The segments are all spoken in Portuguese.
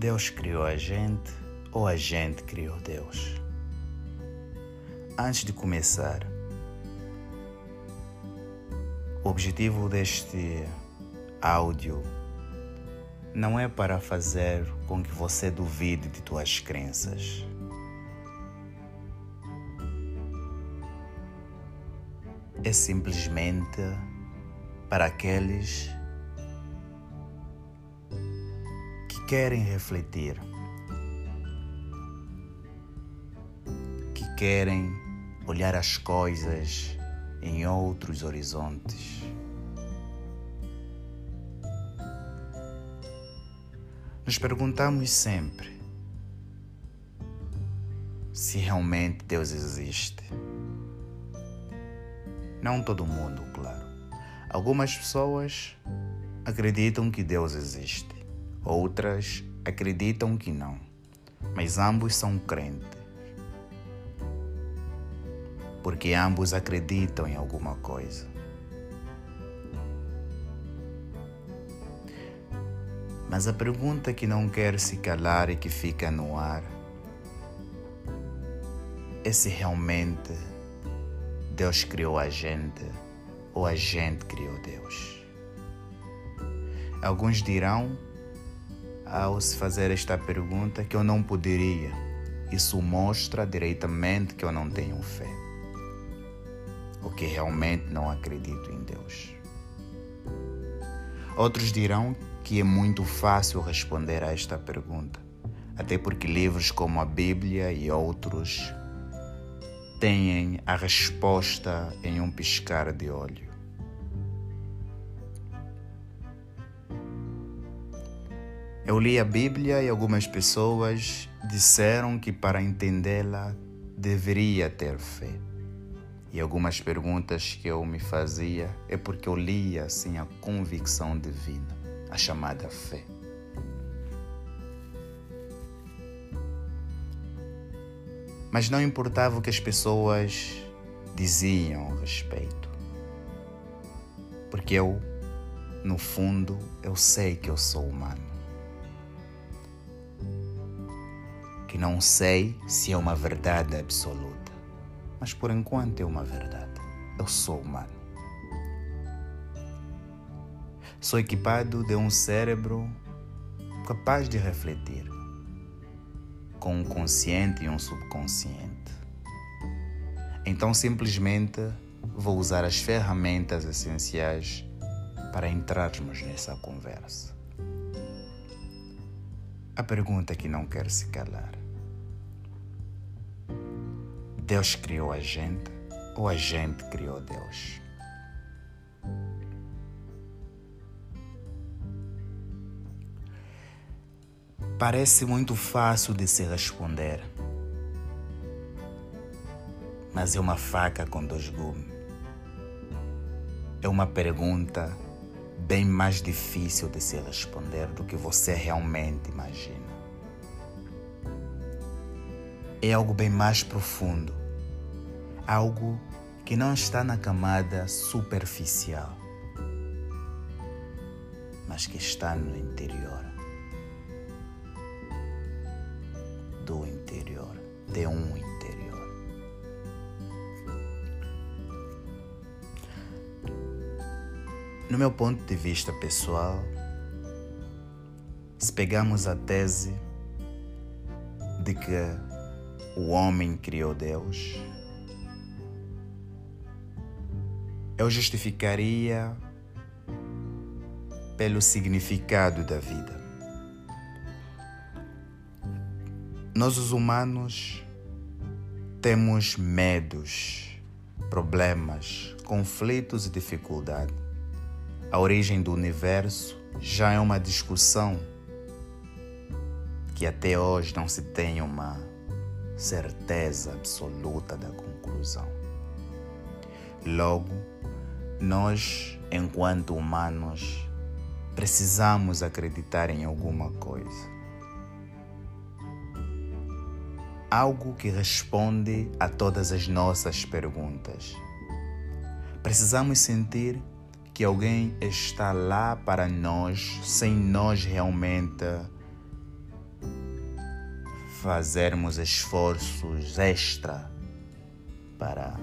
Deus criou a gente ou a gente criou Deus? Antes de começar, o objetivo deste áudio não é para fazer com que você duvide de tuas crenças. É simplesmente para aqueles que querem refletir, que querem olhar as coisas em outros horizontes. Nos perguntamos sempre se realmente Deus existe. Não todo mundo, claro. Algumas pessoas acreditam que Deus existe, outras acreditam que não, mas ambos são crentes, porque ambos acreditam em alguma coisa. Mas a pergunta que não quer se calar e que fica no ar é se realmente Deus criou a gente ou a gente criou Deus. Alguns dirão, ao se fazer esta pergunta, que eu não poderia. Isso mostra diretamente que eu não tenho fé, ou que realmente não acredito em Deus. Outros dirão que é muito fácil responder a esta pergunta, até porque livros como a Bíblia e outros têm a resposta em um piscar de olho. Eu li a Bíblia e algumas pessoas disseram que para entendê-la deveria ter fé. E algumas perguntas que eu me fazia é porque eu lia assim a convicção divina, a chamada fé. Mas não importava o que as pessoas diziam a respeito, porque eu, no fundo, eu sei que eu sou humano. Que não sei se é uma verdade absoluta, mas por enquanto é uma verdade. Eu sou humano. Sou equipado de um cérebro capaz de refletir, com um consciente e um subconsciente. Então simplesmente vou usar as ferramentas essenciais para entrarmos nessa conversa. A pergunta que não quer se calar: Deus criou a gente ou a gente criou Deus? Parece muito fácil de se responder, mas é uma faca com dois gumes. É uma pergunta bem mais difícil de se responder do que você realmente imagina. É algo bem mais profundo, algo que não está na camada superficial, mas que está no interior. Do interior, de um interior. No meu ponto de vista pessoal, se pegamos a tese de que o homem criou Deus, eu justificaria pelo significado da vida. Nós, os humanos, temos medos, problemas, conflitos e dificuldades. A origem do universo já é uma discussão que até hoje não se tem uma certeza absoluta da conclusão. Logo, nós, enquanto humanos, precisamos acreditar em alguma coisa. Algo que responde a todas as nossas perguntas. Precisamos sentir que alguém está lá para nós sem nós realmente fazermos esforços extra para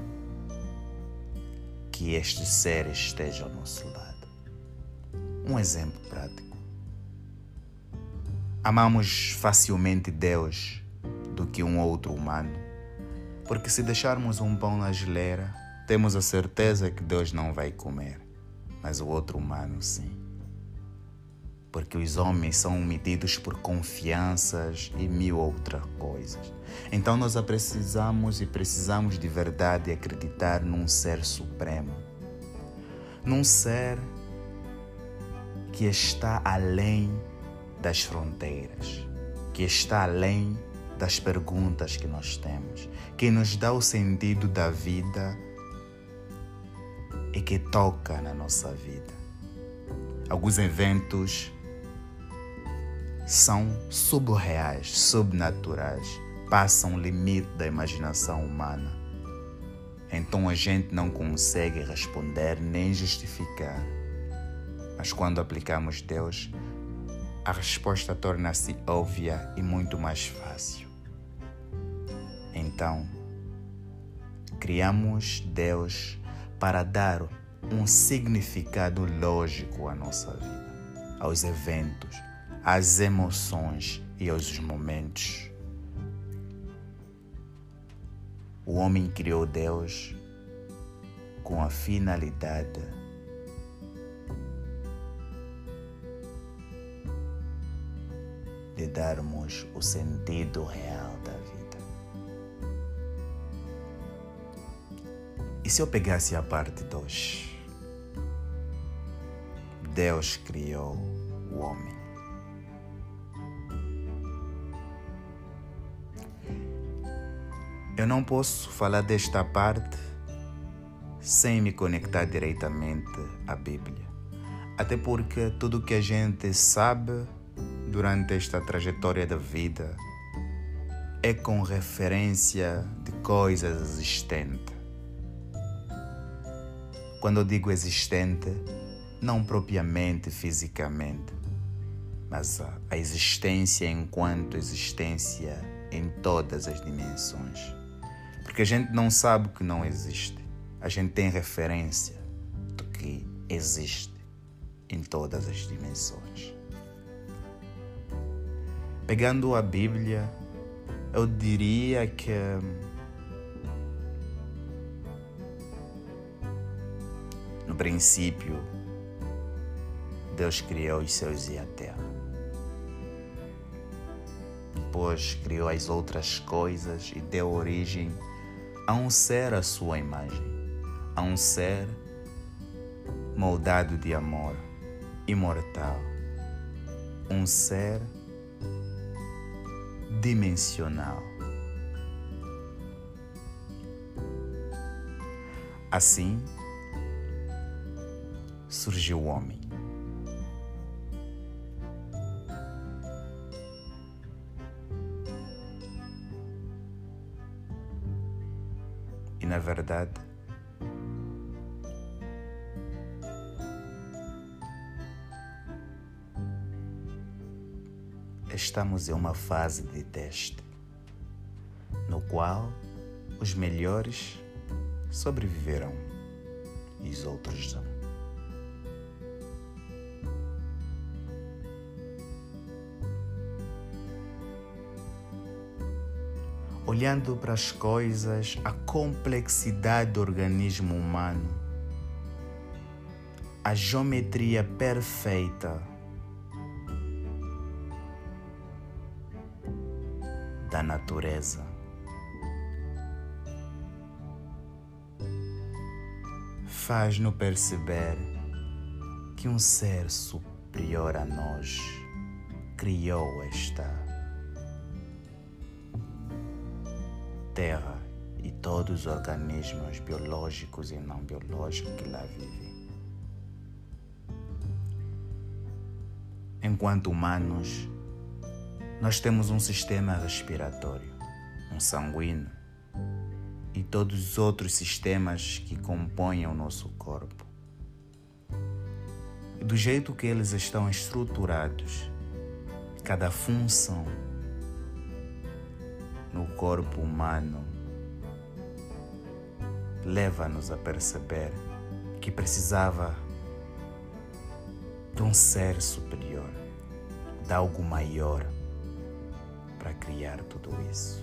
que este ser esteja ao nosso lado. Um exemplo prático. Amamos facilmente Deus do que um outro humano, porque se deixarmos um pão na geleira, temos a certeza que Deus não vai comer, mas o outro humano sim. Porque os homens são medidos por confianças e mil outras coisas. Então nós precisamos de verdade acreditar num ser supremo, num ser que está além das fronteiras, que está além das perguntas que nós temos, que nos dá o sentido da vida e que toca na nossa vida. Alguns eventos são subreais, subnaturais, passam o limite da imaginação humana. Então a gente não consegue responder nem justificar. Mas quando aplicamos Deus, a resposta torna-se óbvia e muito mais fácil. Então, criamos Deus para dar um significado lógico à nossa vida, aos eventos, às emoções e aos momentos. O homem criou Deus com a finalidade de darmos o sentido real da vida. E se eu pegasse a parte 2? Deus criou o homem. Eu não posso falar desta parte sem me conectar diretamente à Bíblia. Até porque tudo que a gente sabe durante esta trajetória da vida é com referência de coisas existentes. Quando eu digo existente, não propriamente fisicamente, mas a existência enquanto existência em todas as dimensões. Porque a gente não sabe o que não existe. A gente tem referência do que existe em todas as dimensões. Pegando a Bíblia, eu diria que no princípio, Deus criou os céus e a terra. Depois criou as outras coisas e deu origem a um ser à sua imagem, a um ser moldado de amor, imortal, um ser dimensional. Assim, surgiu o homem. E na verdade, estamos em uma fase de teste, no qual os melhores sobreviverão e os outros não. Olhando para as coisas, a complexidade do organismo humano, a geometria perfeita da natureza, faz-nos perceber que um ser superior a nós criou esta Terra e todos os organismos biológicos e não biológicos que lá vivem. Enquanto humanos, nós temos um sistema respiratório, um sanguíneo e todos os outros sistemas que compõem o nosso corpo. E do jeito que eles estão estruturados, cada função no corpo humano leva-nos a perceber que precisava de um ser superior, de algo maior para criar tudo isso.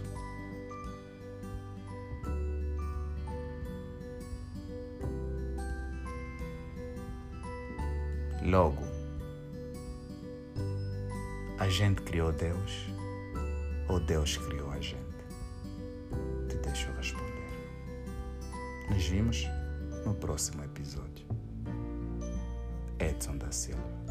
Logo, a gente criou Deus ou Deus criou a gente? Te deixo responder. Nos vimos no próximo episódio. Edson da Silva.